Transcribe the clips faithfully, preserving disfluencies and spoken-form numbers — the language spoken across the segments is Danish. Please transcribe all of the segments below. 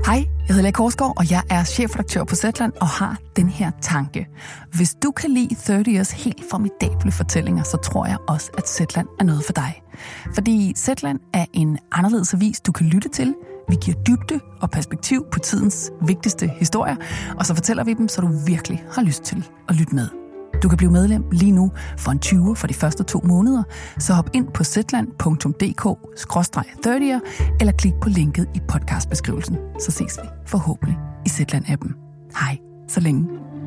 Hej, jeg hedder Lea Korsgaard, og jeg er chefredaktør på Zetland og har den her tanke. Hvis du kan lide tredive Years helt formidable fortællinger, så tror jeg også, at Zetland er noget for dig. Fordi Zetland er en anderledes avis, du kan lytte til. Vi giver dybde og perspektiv på tidens vigtigste historier, og så fortæller vi dem, så du virkelig har lyst til at lytte med. Du kan blive medlem lige nu for en tyver for de første to måneder, så hop ind på zetland punktum d k skråstreg tredive eller klik på linket i podcastbeskrivelsen. Så ses vi forhåbentlig i Zetland-appen. Hej, så længe.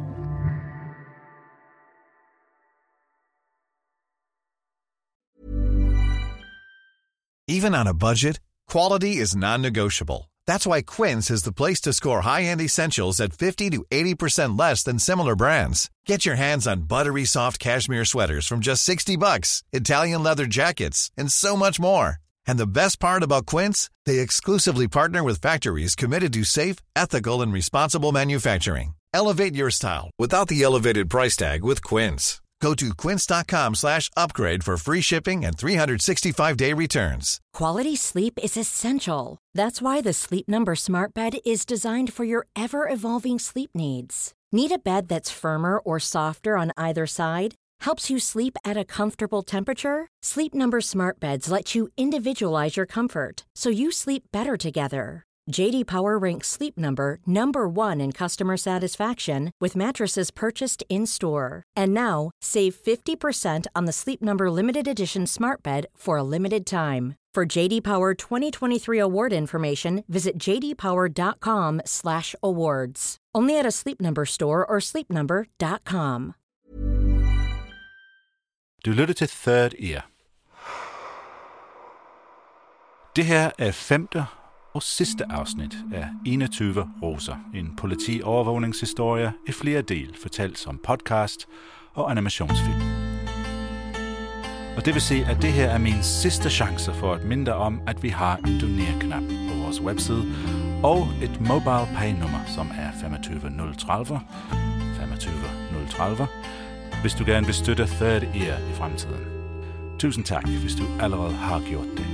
Even on a budget, quality is non-negotiable. That's why Quince is the place to score high-end essentials at fifty to eighty percent less than similar brands. Get your hands on buttery soft cashmere sweaters from just sixty bucks, Italian leather jackets, and so much more. And the best part about Quince, they exclusively partner with factories committed to safe, ethical, and responsible manufacturing. Elevate your style without the elevated price tag with Quince. Go to quince.com slash upgrade for free shipping and three sixty-five day returns. Quality sleep is essential. That's why the Sleep Number Smart Bed is designed for your ever-evolving sleep needs. Need a bed that's firmer or softer on either side? Helps you sleep at a comfortable temperature? Sleep Number Smart Beds let you individualize your comfort, so you sleep better together. J D Power ranks Sleep Number number one in customer satisfaction with mattresses purchased in-store. And now, save fifty percent on the Sleep Number Limited Edition Smart Bed for a limited time. For J D Power twenty twenty-three award information, visit j d power dot com slash awards. Only at a Sleep Number store or sleep number dot com. Du lytter til Third Ear. Det her er femte og sidste afsnit af enogtyve roser, en politiovervågningshistorie i flere del, fortalt som podcast og animationsfilm. Og det vil sige, at det her er min sidste chance for at minde om, at vi har en doner-knap på vores webside og et mobile pay-nummer, som er femogtyve nul tredive, femogtyve nul tredive, hvis du gerne vil støtte Third Ear i fremtiden. Tusind tak, hvis du allerede har gjort det.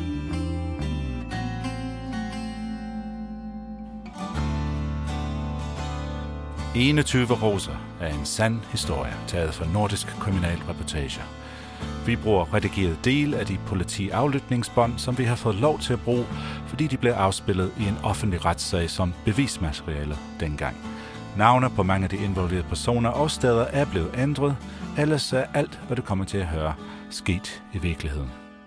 enogtyve roser er en sand historie, taget fra Nordisk Kriminalreportage. Vi bruger redigeret del af de politiaflytningsbånd, som vi har fået lov til at bruge, fordi de blev afspillet i en offentlig retssag som bevismateriale dengang. Navne på mange af de involverede personer og steder er blevet ændret, ellers er alt, hvad du kommer til at høre, sket i virkeligheden.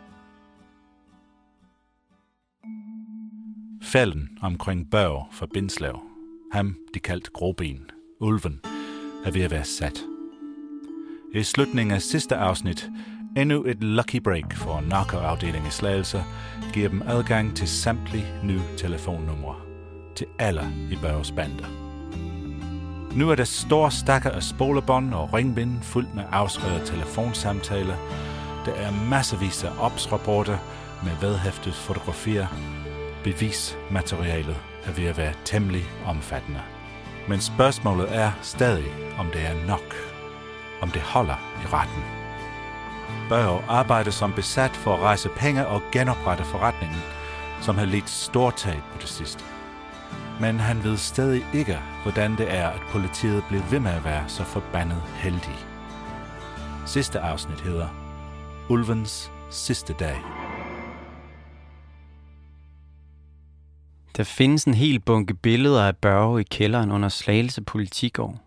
Fælden omkring Børge fra Bindslev, ham de kaldte Gråben, ulven, er ved at være sat. I slutningen af sidste afsnit, endnu et lucky break for narkoafdelingen i Slagelse, giver dem adgang til samtlige nye telefonnumre, til alle i Børges bander. Nu er der store stakker af spolebånd og ringbind fuldt med afskrevet telefonsamtaler. Der er masservis af opsrapporter med vedhæftet fotografier. Bevismaterialet er ved at være temmelig omfattende. Men spørgsmålet er stadig, om det er nok. Om det holder i retten. Børge arbejder som besat for at rejse penge og genoprette forretningen, som har lidt stort tab på det sidste. Men han ved stadig ikke, hvordan det er, at politiet bliver ved med at være så forbandet heldig. Sidste afsnit hedder Ulvens sidste dag. Der findes en hel bunke billeder af Børge i kælderen under Slagelse Politigård.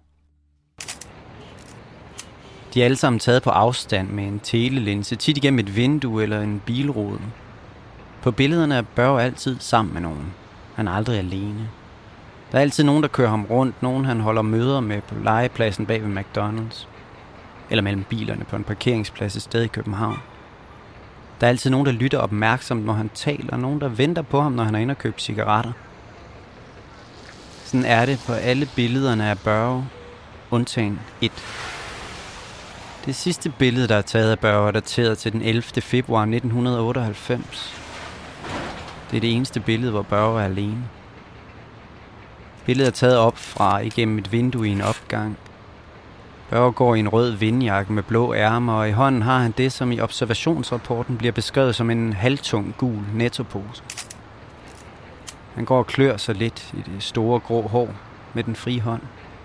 De er alle sammen taget på afstand med en telelinse, tit igennem et vindue eller en bilrude. På billederne er Børge altid sammen med nogen. Han er aldrig alene. Der er altid nogen, der kører ham rundt, nogen han holder møder med på legepladsen bag ved McDonald's. Eller mellem bilerne på en parkeringsplads et sted i København. Der er altid nogen, der lytter opmærksomt, når han taler, og nogen, der venter på ham, når han er inde og køber cigaretter. Sådan er det på alle billederne af Børge, undtagen et. Det sidste billede, der er taget af Børge, er dateret til den ellevte februar nitten otteoghalvfems. Det er det eneste billede, hvor Børge er alene. Billedet er taget op fra igennem et vindue i en opgang. Børge går i en rød vindjakke med blå ærmer, og i hånden har han det, som i observationsrapporten bliver beskrevet som en halvtung gul nettopose. Han går og klør sig lidt i det store grå hår med den frie hånd.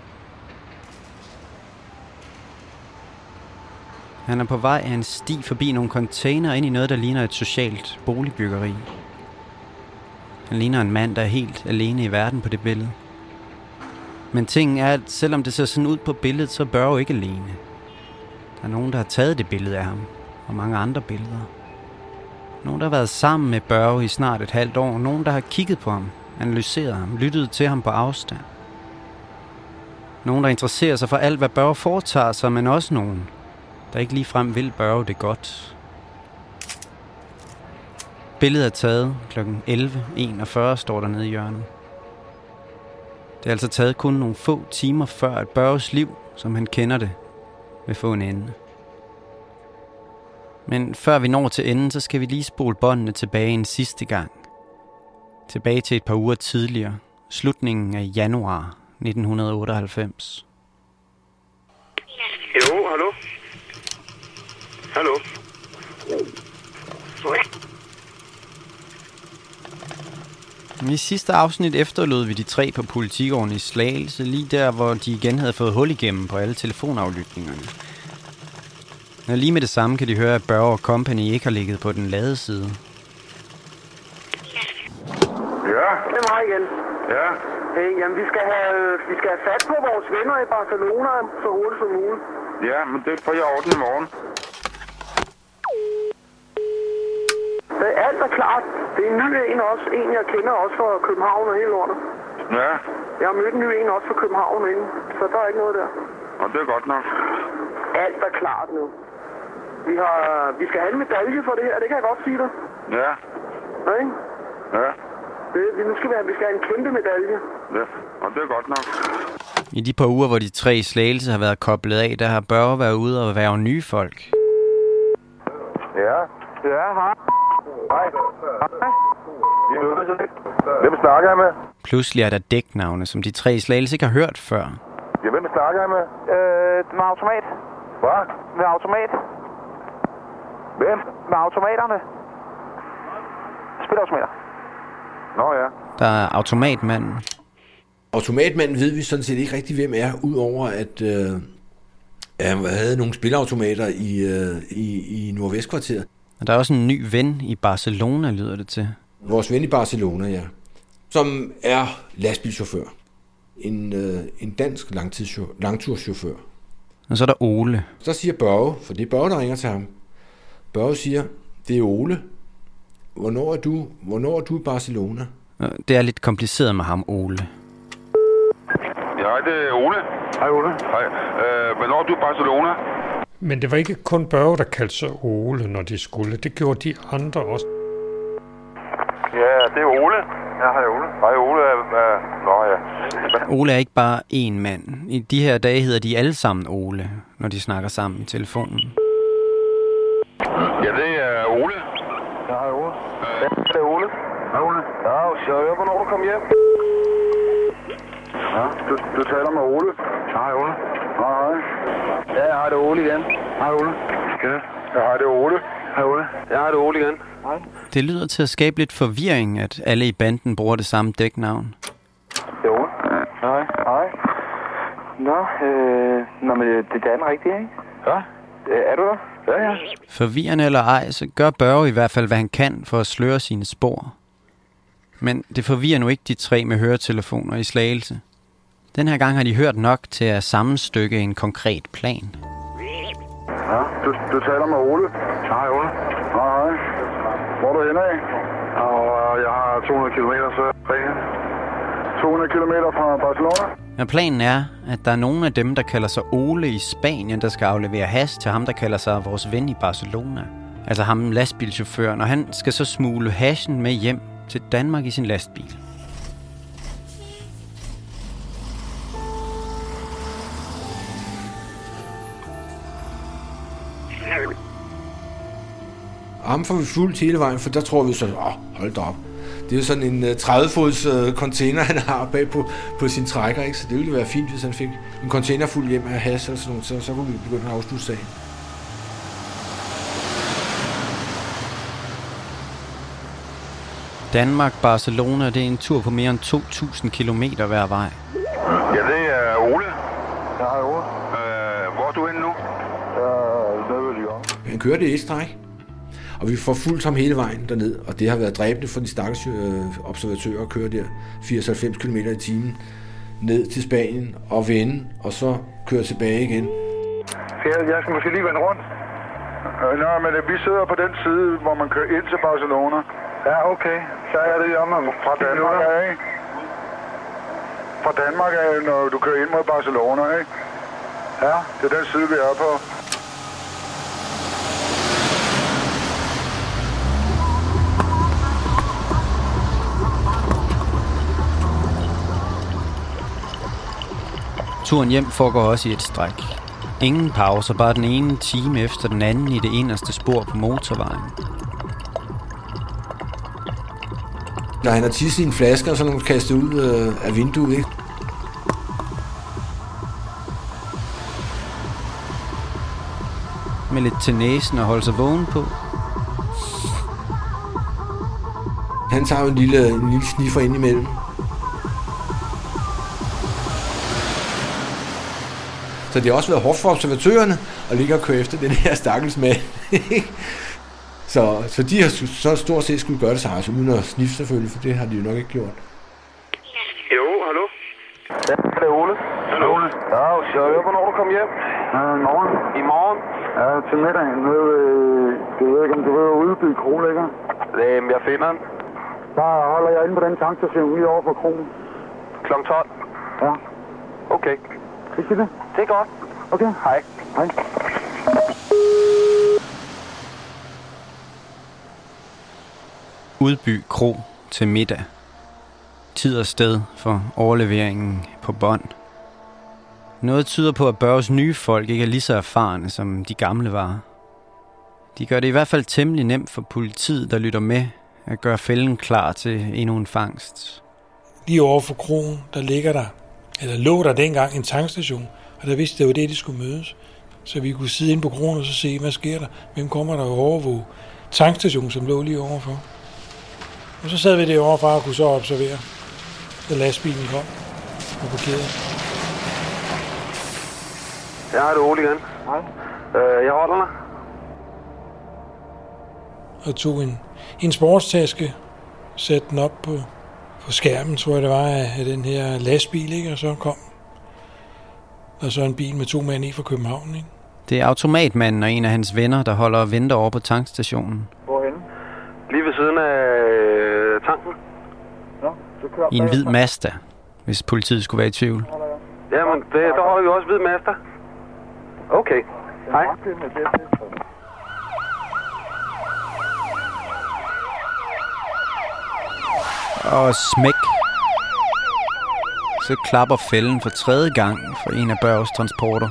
Han er på vej af en sti forbi nogle container ind i noget, der ligner et socialt boligbyggeri. Han ligner en mand, der er helt alene i verden på det billede. Men tingen er, at selvom det ser sådan ud på billedet, så er Børge ikke alene. Der er nogen, der har taget det billede af ham, og mange andre billeder. Nogen, der har været sammen med Børge i snart et halvt år. Nogen, der har kigget på ham, analyseret ham, lyttet til ham på afstand. Nogen, der interesserer sig for alt, hvad Børge foretager sig, men også nogen, der ikke ligefrem vil Børge det godt. Billedet er taget klokken elleve enogfyrre, står der nede i hjørnet. Det er altså taget kun nogle få timer før, at Børges liv, som han kender det, vil få en ende. Men før vi når til enden, så skal vi lige spole båndene tilbage en sidste gang. Tilbage til et par uger tidligere, slutningen af januar nitten otteoghalvfems. Jo, hallo? Hallo? I sidste afsnit efterlod vi de tre på politigården i Slagelse, lige der, hvor de igen havde fået hul igennem på alle telefonaflytningerne. Og lige med det samme kan de høre, at Børge og Company ikke har ligget på den lade side. Ja? Det er mig igen. Ja? Hey, jamen vi skal have, vi skal have fat på vores venner i Barcelona så hurtigt som muligt. Ja, men det får jeg ordnet i morgen. Det er alt er klart. Det er en ny en også. En, jeg kender også fra København og hele lortet. Ja? Jeg har mødt en ny en også fra København inden, så der er ikke noget der. Og det er godt nok. Alt er klart nu. Vi, har, vi skal have en medalje for det her, det kan jeg godt sige dig. Ja? Ja, ikke? Ja? Det, nu skal vi have, vi skal have en kæmpe medalje. Ja, og det er godt nok. I de par uger, hvor de tre i Slagelse har været koblet af, der har Børge været ude og være nye folk. Ja? Ja, hej. Hej. Hej. Hvem snakker jeg med? Pludselig er der dæknavne, som de tre i Slagelse ikke har hørt før. Ja, hvem snakker jeg med? Øh, med automat. Hvad? Med automat. Hvem? Med automaterne. Spilautomater. Nå ja. Der er automatmanden. Automatmanden ved vi sådan set ikke rigtig, hvem er, udover at øh, han havde nogle spilautomater i, øh, i, i Nordvestkvarteret. Og der er også en ny ven i Barcelona, lyder det til. Vores ven i Barcelona, ja. Som er lastbilchauffør. En, øh, en dansk langturschauffør. Og så er der Ole. Så siger Børge, for det er Børge, der ringer til ham. Børge siger, det er Ole. Hvornår er du, hvornår er du i Barcelona? Det er lidt kompliceret med ham, Ole. Ja, det er Ole. Hej Ole. Hej. Øh, hvornår er du i Barcelona? Men det var ikke kun Børge, der kaldte sig Ole, når de skulle. Det gjorde de andre også. Ja, det er Ole. Ja, hej Ole. Hej Ole. Uh, nå ja. Ole er ikke bare én mand. I de her dage hedder de alle sammen Ole, når de snakker sammen i telefonen. Ja, det er Ole. Ja, hej Ole. Ja, det er Ole. Hej Ole. Ja, så jeg hører, hvornår du kommer hjem. Ja, du, du taler med Ole. Hej Ole. Hej, hej. Ja, jeg har det Ole igen. Hej Ole. Ja, jeg har det Ole. Hej Ole. Jeg har det Ole igen. Hej. Det lyder til at skabe lidt forvirring, at alle i banden bruger det samme dæknavn. Det er Ole. Hej. Hej. Nå, øh, nå, men det, det er den rigtige, ikke? Ja. Er du der? Ja, ja. Forvirrende eller ej, så gør Børge i hvert fald, hvad han kan for at sløre sine spor. Men det forvirrer nu ikke de tre med høretelefoner i Slagelse. Den her gang har de hørt nok til at sammenstykke en konkret plan. Ja, du, du taler med Ole. Hej Ole. Hej, hej. Hvor er du henne af? Og jeg har to hundrede kilometer, så ringer. to hundrede kilometer fra Barcelona. Og planen er, at der er nogle af dem, der kalder sig Ole i Spanien, der skal aflevere hash til ham, der kalder sig vores ven i Barcelona. Altså ham lastbilchaufføren, og han skal så smule hashen med hjem til Danmark i sin lastbil. Ham får vi fuldt hele vejen, for der tror vi så, åh, hold da op. Det er jo sådan en tredive-fods container, han har bag på, på sin trækker, ikke? Så det ville være fint, hvis han fik en container fuld hjem af hash og sådan noget, så, så kunne vi begynde at afslutte sagen. Danmark, Barcelona, det er en tur på mere end to tusind kilometer hver vej. Ja, det er Ole. Ja, hej Ole. Øh, hvor er du henne nu? Ja, nede ved Lyon. Han kørte i et stræk, og vi får fulgt ham hele vejen derned, og det har været dræbende for de stakkels øh, observatører at køre der firs til halvfems kilometer i timen ned til Spanien og vende, og så køre tilbage igen. Ja, jeg skal måske lige vende rundt. Øh, nej, men vi sidder på den side, hvor man kører ind til Barcelona. Ja, okay. Så er det om fra Danmark af. Fra Danmark af, når du kører ind mod Barcelona, ikke? Ja, det er den side, vi er på. Turen hjem foregår også i et stræk. Ingen pauser, bare den ene time efter den anden i det inderste spor på motorvejen. Når han har tisset i en flaske, og så nogle kastet ud øh, af vinduet, ikke? Med lidt til næsen og holde sig vågen på. Han tager jo en lille, en lille sniffer ind imellem. Så det har også været hårdt for observatørerne at ligge og køre efter den her stakkels mand. så, så de har så stort set skulle gøre det samme, altså uden at sniffe selvfølgelig, for det har de jo nok ikke gjort. Jo, hallo? Ja, det er Ole. Hallo, Ole. Ja, så jeg hvornår du kom hjem? Ja, i morgen. I morgen? Ja, til middag. Nede ved, det ved jeg ikke, om du ved, Udby Kro ligger. Jamen, jeg finder den. Der holder jeg inde på den tankstation lige over for kronen. klokken tolv? Ja. Okay. Ikke det? Det er godt. Okay, hej. Hej. Udby Kro til middag. Tid og sted for overleveringen på bånd. Noget tyder på, at Børges nye folk ikke er lige så erfarne, som de gamle var. De gør det i hvert fald temmelig nemt for politiet, der lytter med, at gøre fælden klar til endnu en fangst. Lige over for kroen, der ligger der, eller lå der dengang en tankstation, og der vidste det var det, de skulle mødes. Så vi kunne sidde inde på kronen og så se, hvad sker der? Hvem kommer der og overvåge tankstationen, som lå lige overfor? Og så sad vi derovre fra og kunne så observere, da lastbilen kom og parkerede. Ja, det er Ole igen. Hej. Øh, jeg holder dig. Og tog en, en sportstaske, satte den op på, på skærmen, tror jeg det var, af den her lastbil, ikke? Og så kom der så en bil med to mænd i fra København, ikke? Det er automatmanden og en af hans venner, der holder og venter over på tankstationen. Hvorhen? Lige ved siden af øh, tanken. Ja, så kører I en hvid Mazda, hvis politiet skulle være i tvivl. Jamen, det, der holder vi også hvid Mazda. Okay. Hej. Og smæk. Så klapper fælden for tredje gang for en af Børges transporter.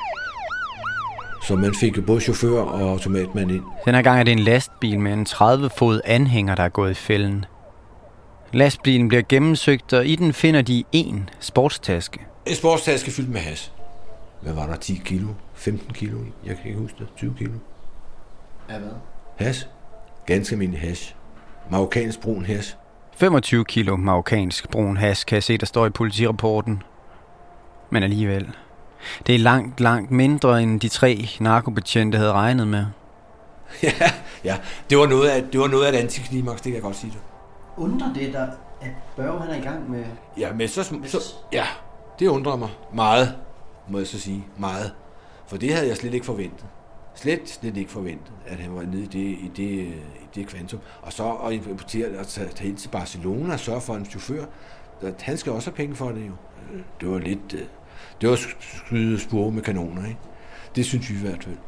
Så man fik jo både chauffør og automatmand ind. Den her gang er det en lastbil med en tredive fod anhænger, der er gået i fælden. Lastbilen bliver gennemsøgt, og i den finder de en sportstaske. En sportstaske fyldt med hash. Hvad var der? ti kilo? femten kilo? Jeg kan ikke huske det. tyve kilo? Ja, hvad? Hash. Ganske almindelig hash. Marokkansk brun hash. femogtyve kilo marokkansk brun hash, kan jeg se, der står i politirapporten. Men alligevel. Det er langt, langt mindre, end de tre narkobetjente havde regnet med. ja, ja. Det var noget af, det var noget af et antiklimaks, det kan jeg godt sige det. Undrer det dig, at Børge han er i gang med... Ja, men så, så... Ja, det undrer mig meget, må jeg så sige. Meget. For det havde jeg slet ikke forventet. Slet, slet ikke forventet, at han var nede i det, i det, i det kvantum. Og så at importere og tage, tage ind til Barcelona og sørge for en chauffør. Han skal også have penge for det jo. Det var lidt... Det var skyde spore med kanoner, ikke? Det synes vi i hvert fald.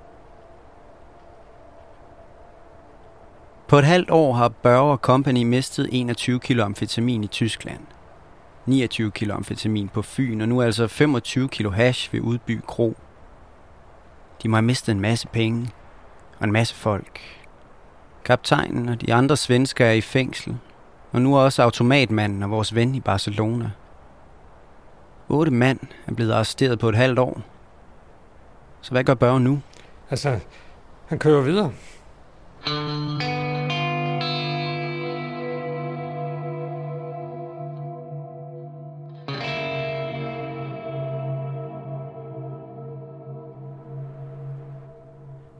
På et halvt år har Børge og Company mistet enogtyve kilo amfetamin i Tyskland. niogtyve kilo amfetamin på Fyn, og nu altså femogtyve kilo hash ved Udby Kro. De må have mistet en masse penge og en masse folk. Kaptajnen og de andre svensker er i fængsel, og nu er også automatmanden og vores ven i Barcelona. Otte mand er blevet arresteret på et halvt år. Så hvad gør Børge nu? Altså, han kører videre.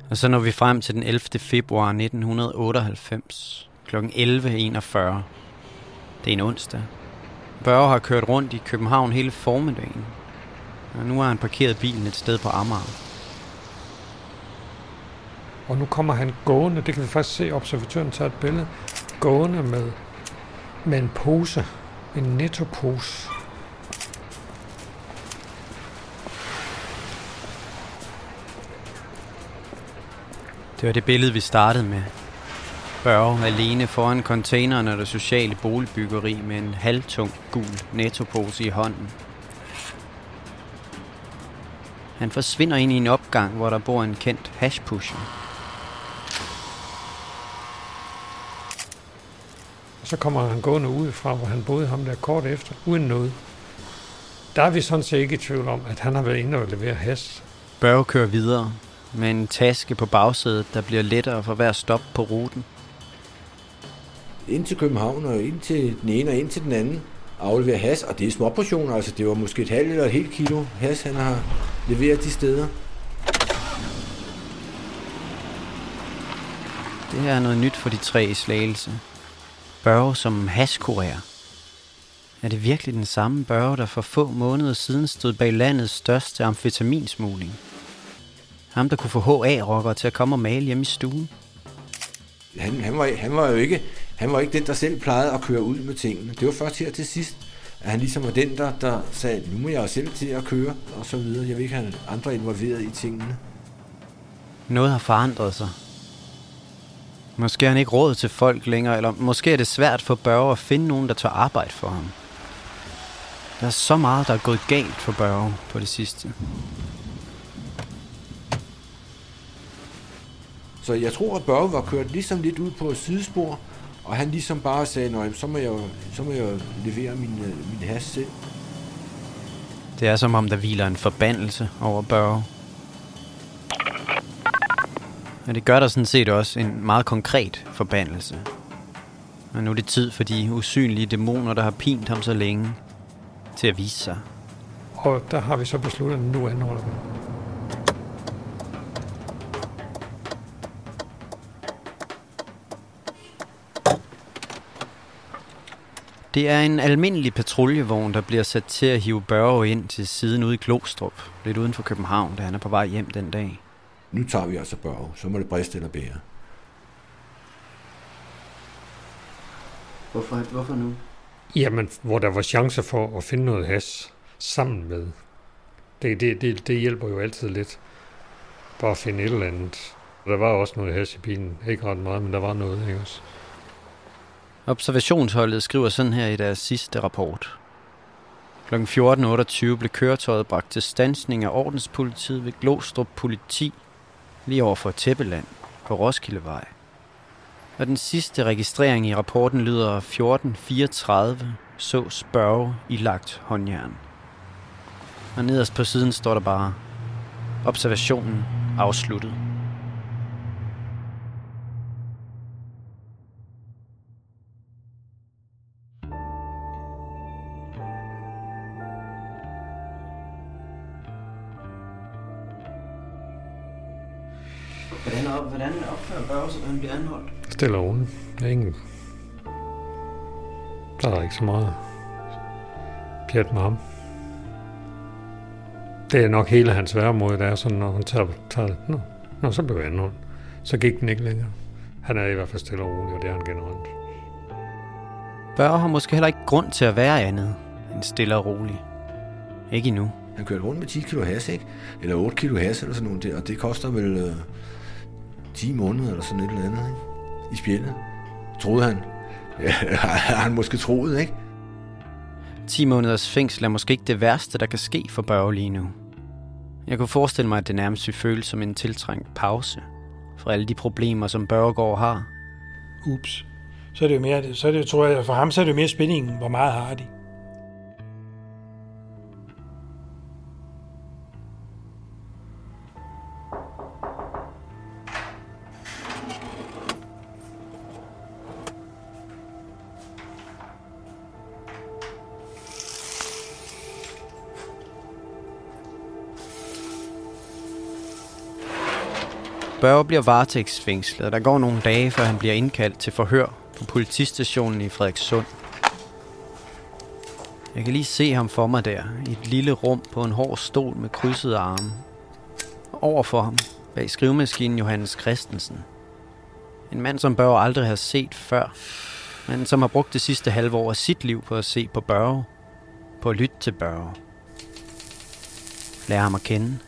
Og så når vi frem til den ellevte februar nitten otteoghalvfems klokken elleve enogfyrre. Det er en onsdag. Børge har kørt rundt i København hele formiddagen. Og nu har han parkeret bilen et sted på Amager. Og nu kommer han gående, det kan vi faktisk se, observatøren tager et billede, gående med, med en pose, en Netto-pose. Det var det billede, vi startede med. Børge alene foran containeren af det sociale boligbyggeri med en halvtung gul Netto-pose i hånden. Han forsvinder ind i en opgang, hvor der bor en kendt hashpusher. Så kommer han gående udefra, hvor han boede ham der kort efter, uden noget. Der er vi sådan set ikke i tvivl om, at han har været inde og levere hash. Børge kører videre med en taske på bagsædet, der bliver lettere for hver stop på ruten. Ind til København og ind til den ene og ind til den anden aflevere hash, og det er små portioner, altså det var måske et halvt eller et helt kilo hash, han har leveret de steder. Det her er noget nyt for de tre i Slagelse. Børge som hashkurer. Er det virkelig den samme Børge, der for få måneder siden stod bag landets største amfetaminsmugling? Ham, der kunne få H A-rockere til at komme og male hjemme i stuen? Han, han, var, han var jo ikke, han var ikke den, der selv plejede at køre ud med tingene. Det var først her til sidst, at han ligesom var den, der, der sagde, nu må jeg jo selv til at køre, og så videre. Jeg vil ikke have andre involveret i tingene. Noget har forandret sig. Måske har han ikke råd til folk længere, eller måske er det svært for Børge at finde nogen, der tager arbejde for ham. Der er så meget, der er gået galt for Børge på det sidste. Så jeg tror, at Børge var kørt ligesom lidt ud på et sidespor, og han ligesom bare sagde, nej, så må jeg jo, så må jeg jo levere min, min hash selv. Det er som om, der hviler en forbandelse over Børge. Og det gør der sådan set også en meget konkret forbandelse. Og nu er det tid for de usynlige dæmoner, der har pint ham så længe, til at vise sig. Og der har vi så besluttet, at nu anholder vi. Det er en almindelig patruljevogn, der bliver sat til at hive Børge ind til siden ude i Glostrup, lidt uden for København, da han er på vej hjem den dag. Nu tager vi altså Børge, så må det briste eller bære. Hvorfor, hvorfor nu? Jamen, hvor der var chancer for at finde noget hash sammen med. Det, det, det, det hjælper jo altid lidt. Bare at finde et eller andet. Der var også noget hash i bilen. Ikke ret meget, men der var noget, ikke også? Observationsholdet skriver sådan her i deres sidste rapport. klokken fjorten otteogtyve blev køretøjet bragt til standsning af ordenspolitiet ved Glostrup Politi, lige over for Tæppeland på Roskildevej. Og den sidste registrering i rapporten lyder fjorten fireogtredive, så Børge i lagt håndjern. Og nederst på siden står der bare, observationen afsluttet. Hvordan, op, hvordan opfører Børge sig, han bliver anholdt? Stille og roligt. Der er ingen... Der er ikke så meget pjat med ham. Det er nok hele hans væremåde, der er sådan, når han tager... tager nå, nå, så blev jeg anholdt. Så gik den ikke længere. Han er i hvert fald stille og roligt, og det er han generelt. Børge har måske heller ikke grund til at være andet end stille og rolig. Ikke endnu. Han kørte rundt med ti kilo hash, ikke? Eller otte kilo hash eller sådan noget der, og det koster vel øh, ti måneder eller sådan et eller andet, ikke? I spjældet. Troede han. Ja, har han måske troet, ikke? ti måneders fængsel er måske ikke det værste, der kan ske for Børge lige nu. Jeg kunne forestille mig, at det nærmest vil føles som en tiltrængt pause for alle de problemer, som Børgegaard har. Ups. Så er det jo mere, så er det, tror jeg, for ham så er det jo mere spændingen, hvor meget har de. Børge bliver varetægtsfængslet, og der går nogle dage, før han bliver indkaldt til forhør på politistationen i Frederikssund. Jeg kan lige se ham for mig der, i et lille rum på en hård stol med krydsede arme. Over for ham, bag skrivemaskinen Johannes Christensen. En mand, som Børge aldrig har set før, men som har brugt det sidste halve år af sit liv på at se på Børge, på at lytte til Børge. Lære ham at kende.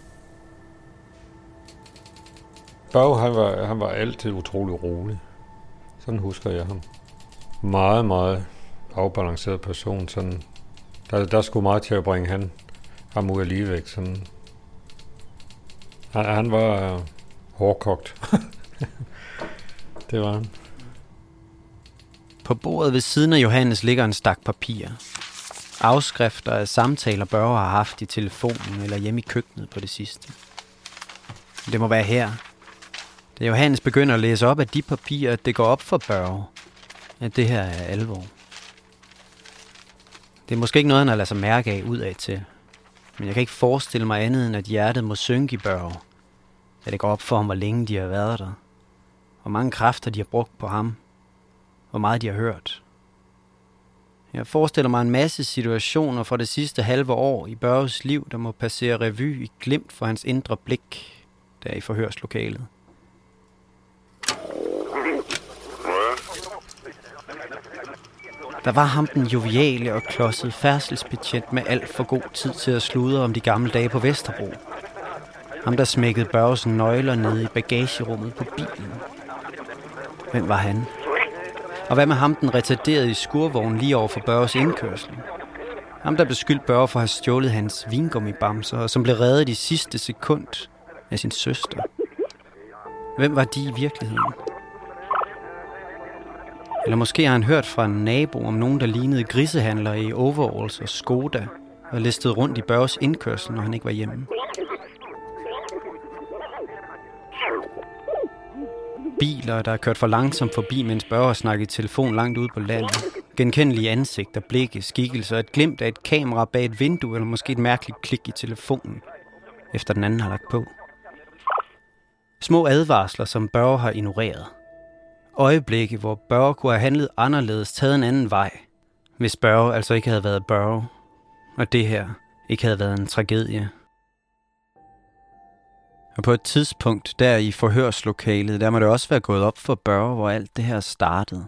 Børge, han var, han var altid utrolig rolig. Sådan husker jeg ham. Meget, meget afbalanceret person. Sådan, der, der skulle meget til at bringe han, ham ud af ligevægt. Sådan. Han, han var uh, hårdkogt. Det var han. På bordet ved siden af Johannes ligger en stak papir. Afskrifter af samtaler, Børge har haft i telefonen eller hjemme i køkkenet på det sidste. Det må være her. Da Johannes begynder at læse op af de papirer, at det går op for Børge, at det her er alvor. Det er måske ikke noget, han har ladet sig mærke af udad til. Men jeg kan ikke forestille mig andet, end at hjertet må synke i Børge. At det går op for ham, hvor længe de har været der. Hvor mange kræfter de har brugt på ham. Hvor meget de har hørt. Jeg forestiller mig en masse situationer fra det sidste halve år i Børges liv, der må passere revy i glimt for hans indre blik, der i forhørslokalet. Der var ham den joviale og klodsede færdselsbetjent med alt for god tid til at sludre om de gamle dage på Vesterbro. Ham, der smækkede Børges nøgler ned i bagagerummet på bilen. Hvem var han? Og hvad med ham, den retarderede i skurvognen lige over for Børges indkørsel? Ham, der beskyldte Børge for at have stjålet hans vingummibamser, og som blev reddet i sidste sekund af sin søster. Hvem var de i virkeligheden? Eller måske har han hørt fra en nabo om nogen, der lignede grisehandlere i overalls og Skoda, og listede rundt i Børges indkørsel, når han ikke var hjemme. Biler, der er kørt for langsomt forbi, mens Børge har snakket i telefon langt ude på landet. Genkendelige ansigter, blikke, skikkelser, et glimt af et kamera bag et vindue, eller måske et mærkeligt klik i telefonen, efter den anden har lagt på. Små advarsler, som Børge har ignoreret. Øjeblikke, hvor Børge kunne have handlet anderledes, taget en anden vej, hvis Børge altså ikke havde været Børge, og det her ikke havde været en tragedie. Og på et tidspunkt der i forhørslokalet, der må det også være gået op for Børge, hvor alt det her startede.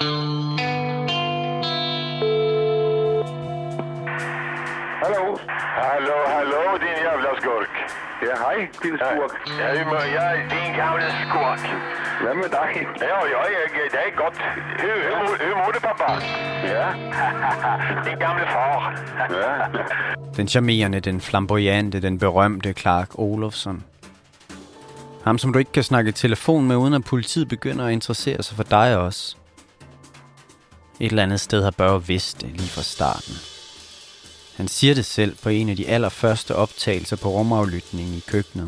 Hallo? Hallo, hallo, din jævla skurk. Ja, hej, din skurk. Ja, ja, din gamle skurk. Hvad med dig? Ja, ja, ja, det er godt. Hur må det, pappa? Ja. Din gamle far. Ja. Den charmerende, den flamboyante, den berømte Clark Olofsson. Ham, som du ikke kan snakke i telefon med, uden at politiet begynder at interessere sig for dig også. Et eller andet sted har Børge vidst det lige fra starten. Han siger det selv på en af de allerførste optagelser på rumaflytningen i køkkenet.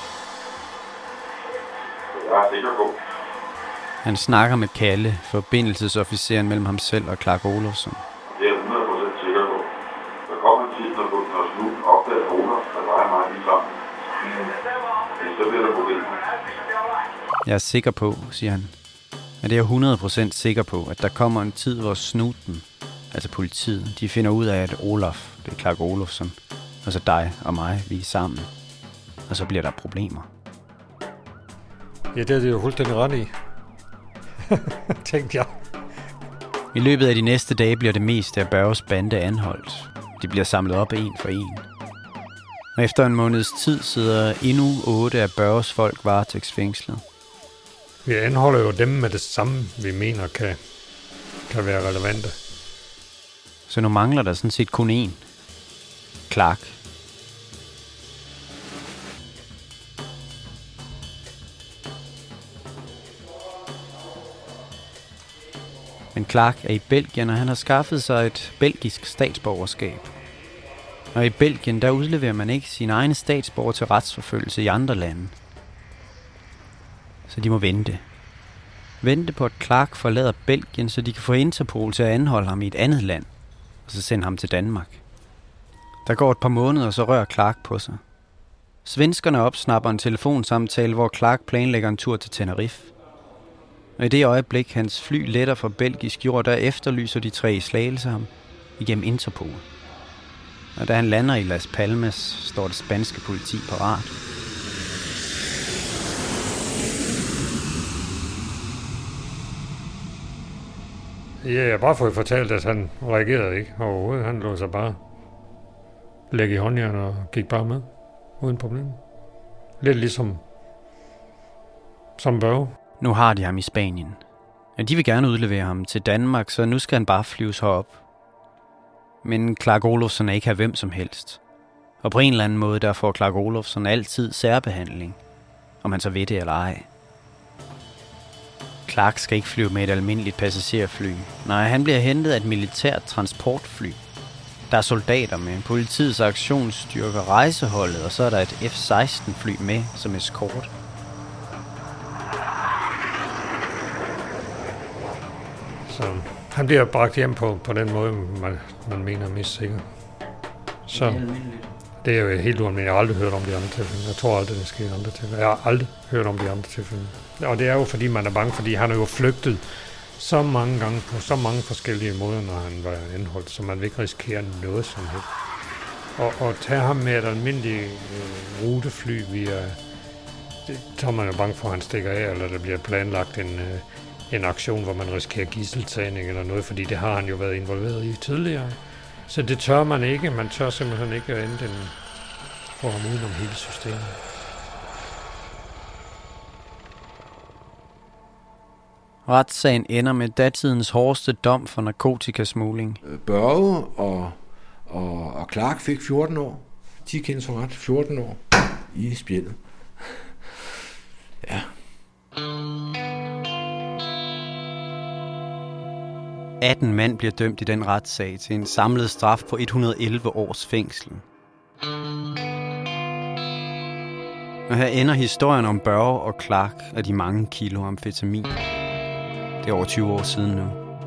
Han snakker med Kalle, forbindelsesofficeren mellem ham selv og Clark Olofsson. Det er jeg hundrede procent sikker på. Der kommer en tid, når du når slut opdager Olof, der drejer mig lige sammen. Så bliver der problemer. Jeg er sikker på, siger han. Men det er jeg hundrede procent sikker på, at der kommer en tid, hvor snuten, altså politiet, de finder ud af, at Olaf, det er Clark Olofsson, og så dig og mig, vi er sammen. Og så bliver der problemer. Ja, det er det jo fuldstændig ret i. Tænkte jeg. I løbet af de næste dage bliver det meste af Børges bande anholdt. De bliver samlet op en for en. Og efter en måneds tid sidder endnu otte af Børges folk varetægtsfængslet. Vi anholder jo dem med det samme, vi mener kan, kan være relevante. Så nu mangler der sådan set kun én. Clark. Men Clark er i Belgien, og han har skaffet sig et belgisk statsborgerskab. Og i Belgien, der udleverer man ikke sine egne statsborger til retsforfølgelse i andre lande. Så de må vente. Vente på, at Clark forlader Belgien, så de kan få Interpol til at anholde ham i et andet land, og så sende ham til Danmark. Der går et par måneder, og så rører Clark på sig. Svenskerne opsnapper en telefonsamtale, hvor Clark planlægger en tur til Tenerife. Og i det øjeblik, hans fly letter fra belgisk jord, der efterlyser de tre i Slagelse ham igennem Interpol. Og da han lander i Las Palmas, står det spanske politi parat. Ja, jeg har bare fået fortalt, at han reagerede ikke overhovedet. Han lå sig bare lægge i håndjern og gik bare med, uden problem. Lidt ligesom som Børge. Nu har de ham i Spanien. Ja, de vil gerne udlevere ham til Danmark, så nu skal han bare flyves herop. Men Clark Olofsson er ikke her hvem som helst. Og på en eller anden måde, der får Clark Olofsson altid særbehandling, om han så ved det eller ej. Clark skal ikke flyve med et almindeligt passagerfly. Nej, han bliver hentet af et militært transportfly. Der er soldater med, politiets aktionsstyrker, rejseholdet, og så er der et F seksten fly med som eskort. Så han bliver bragt hjem på, på den måde, man, man mener er mest sikker. Så det er jo helt ualmindeligt. Jeg har aldrig hørt om de andre tilfælde. Jeg tror aldrig, det sker i andre tilfælde. Jeg har aldrig hørt om de andre tilfælde. Og det er jo, fordi man er bange, fordi han er jo flygtet så mange gange på så mange forskellige måder, når han var anholdt, så man vil ikke risikere noget som helst. Og, og tage ham med et almindeligt øh, rutefly via, det, så er man jo bange for, at han stikker af, eller der bliver planlagt en, øh, en aktion, hvor man risikerer gidseltagning eller noget, fordi det har han jo været involveret i tidligere. Så det tør man ikke. Man tør simpelthen ikke at ende den for ham udenom hele systemet. Retssagen ender med datidens hårdeste dom for narkotikasmugling. Børge og, og, og Clark fik fjorten år. De kendes for ret. fjorten år i spjældet. Ja. atten mand bliver dømt i den retssag til en samlet straf på et hundrede og elleve års fængsel. Og her ender historien om Børge og Clark og de mange kilo amfetamin. Det er over tyve år siden nu.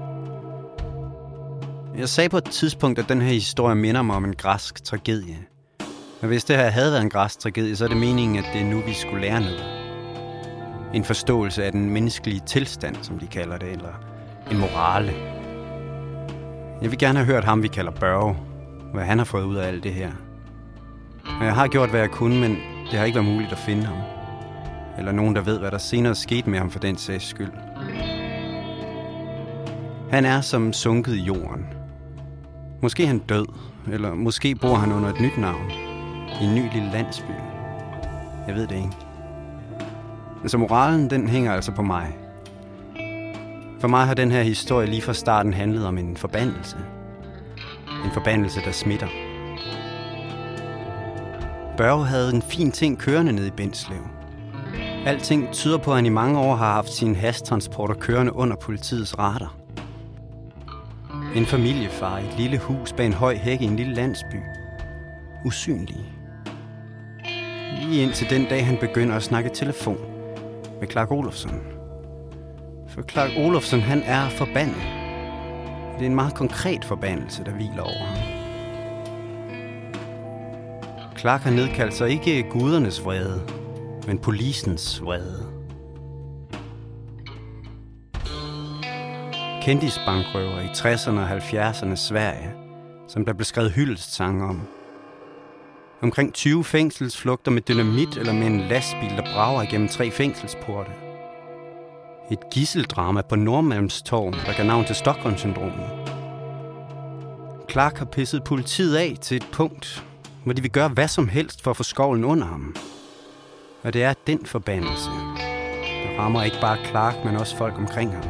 Jeg sagde på et tidspunkt, at den her historie minder mig om en græsk tragedie. Men hvis det her havde været en græsk tragedie, så er det meningen, at det er nu, vi skulle lære noget. En forståelse af den menneskelige tilstand, som de kalder det, eller en morale. Jeg vil gerne have hørt ham, vi kalder Børge, hvad han har fået ud af alt det her. Og jeg har gjort, hvad jeg kunne, men det har ikke været muligt at finde ham. Eller nogen, der ved, hvad der senere skete med ham for den sags skyld. Han er som sunket i jorden. Måske er han død, eller måske bor han under et nyt navn. I en ny lille landsby. Jeg ved det ikke. Men så moralen, den hænger altså på mig. For mig har den her historie lige fra starten handlet om en forbandelse. En forbandelse, der smitter. Børge havde en fin ting kørende ned i Bindslev. Alting tyder på, at han i mange år har haft sine hashtransporter kørende under politiets radar. En familiefar i et lille hus bag en høj hæk i en lille landsby. Usynlig. Lige indtil den dag, han begynder at snakke telefon med Clark Olofsson. For Clark Olofsson, han er forbandet. Det er en meget konkret forbandelse, der hviler over ham. Clark har nedkaldt sig ikke gudernes vrede, men polisens vrede. Kendisbankrøver i tresserne og halvfjerdserne Sverige, som der blev skrevet hyldestsange om. Omkring tyve fængselsflugter med dynamit eller med en lastbil, der brager igennem tre fængselsporte. Et gisseldrama på Nordmalmstorv, der gav navn til Stockholm-syndromet. Clark har pisset politiet af til et punkt, hvor de vil gøre hvad som helst for at få skovlen under ham. Og det er den forbandelse, der rammer ikke bare Clark, men også folk omkring ham.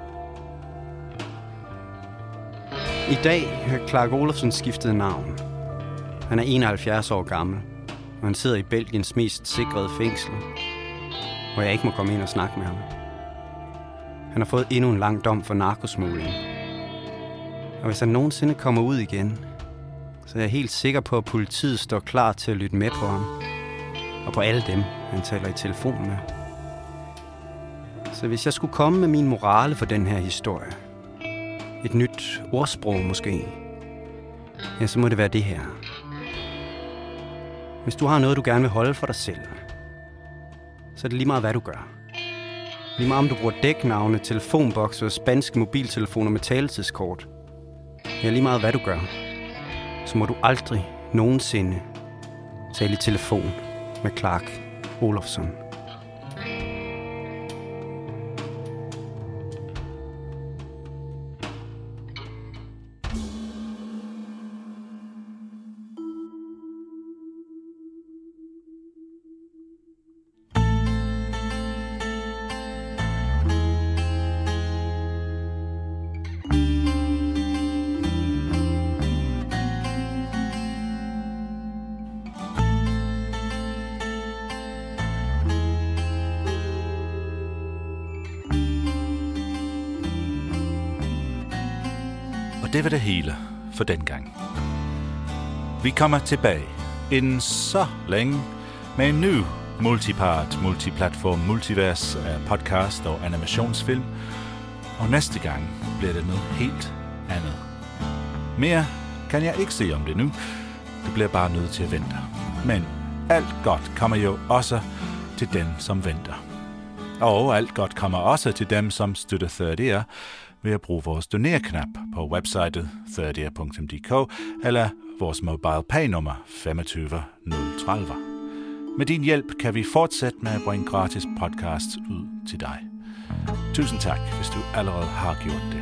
I dag har Clark Olofsson skiftet navn. Han er enoghalvfjerds år gammel, og han sidder i Belgiens mest sikrede fængsel, hvor jeg ikke må komme ind og snakke med ham. Han har fået endnu en lang dom for narkosmugling. Og hvis han nogensinde kommer ud igen, så er jeg helt sikker på, at politiet står klar til at lytte med på ham. Og på alle dem, han taler i telefon med. Så hvis jeg skulle komme med min morale for den her historie, et nyt ordsprog måske, ja, så må det være det her. Hvis du har noget, du gerne vil holde for dig selv, så er det lige meget, hvad du gør. Lige meget om du bruger dæknavne, telefonbokse og spanske mobiltelefoner med taletidskort. Ja, lige meget hvad du gør, så må du aldrig nogensinde tale i telefon med Clark Olofsson. Og det var det hele for den gang. Vi kommer tilbage inden så længe med en ny multipart, multiplatform, multivers af podcast og animationsfilm. Og næste gang bliver det noget helt andet. Mere kan jeg ikke se om det nu. Det bliver bare nødt til at vente. Men alt godt kommer jo også til den, som venter. Og alt godt kommer også til dem, som støtter thirty'er ved at bruge vores doner-knap på websitet thirty'er punktum d k eller vores mobile pay-nummer femogtyve nul tredive. Med din hjælp kan vi fortsætte med at bringe gratis podcasts ud til dig. Tusind tak, hvis du allerede har gjort det.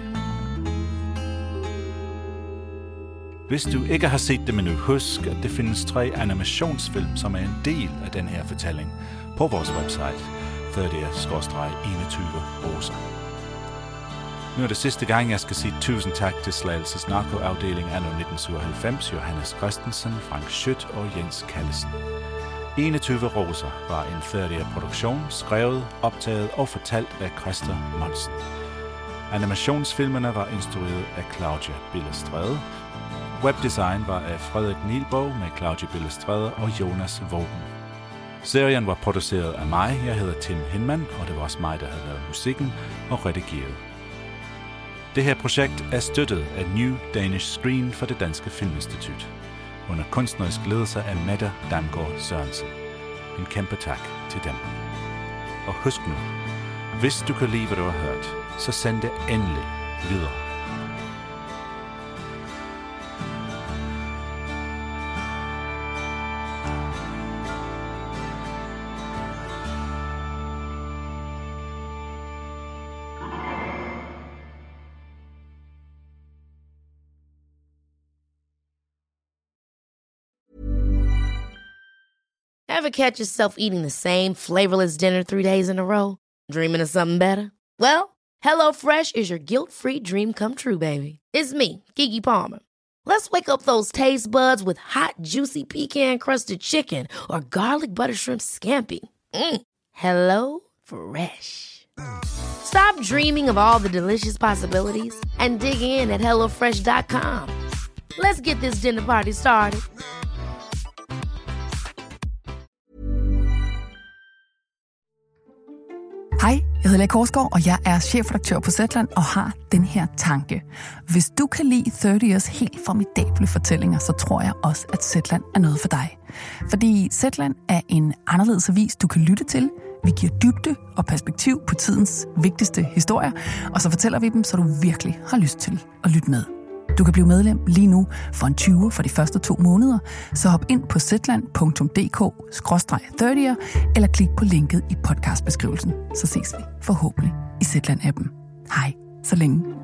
Hvis du ikke har set dem endnu, husk, at det findes tre animationsfilm, som er en del af den her fortælling på vores website thirty'er punktum enogtyve roser. Nu er det sidste gang, jeg skal sige tusind tak til Slagelses narkoafdeling anno nitten syvoghalvfems, Johannes Christensen, Frank Schødt og Jens Kallesen. enogtyve roser var en thirty'er-produktion, skrevet, optaget og fortalt af Christer Monsen. Animationsfilmerne var instrueret af Claudia Billestræde. Webdesign var af Frederik Nielbog med Claudia Billestræde og Jonas Våben. Serien var produceret af mig, jeg hedder Tim Hinman, og det var også mig, der havde lavet musikken og redigeret. Det her projekt er støttet af New Danish Screen for det Danske Filminstitut, under kunstnerisk ledelse af Mette Damgaard Sørensen. En kæmpe tak til dem. Og husk nu, hvis du kan lide, hvad du har hørt, så send det endelig videre. Ever catch yourself eating the same flavorless dinner three days in a row? Dreaming of something better? Well, HelloFresh is your guilt-free dream come true, baby. It's me, Keke Palmer. Let's wake up those taste buds with hot, juicy pecan-crusted chicken or garlic butter shrimp scampi. Mm. Hello Fresh. Stop dreaming of all the delicious possibilities and dig in at hello fresh dot com. Let's get this dinner party started. Hej, jeg hedder Lea Korsgaard, og jeg er chefredaktør på Zetland og har den her tanke. Hvis du kan lide thirty'ers helt formidable fortællinger, så tror jeg også, at Zetland er noget for dig. Fordi Zetland er en anderledes avis, du kan lytte til. Vi giver dybde og perspektiv på tidens vigtigste historier, og så fortæller vi dem, så du virkelig har lyst til at lytte med. Du kan blive medlem lige nu for en tyver for de første to måneder, så hop ind på zetland punktum d k skråstreg thirty'er eller klik på linket i podcastbeskrivelsen. Så ses vi forhåbentlig i Zetland-appen. Hej, så længe.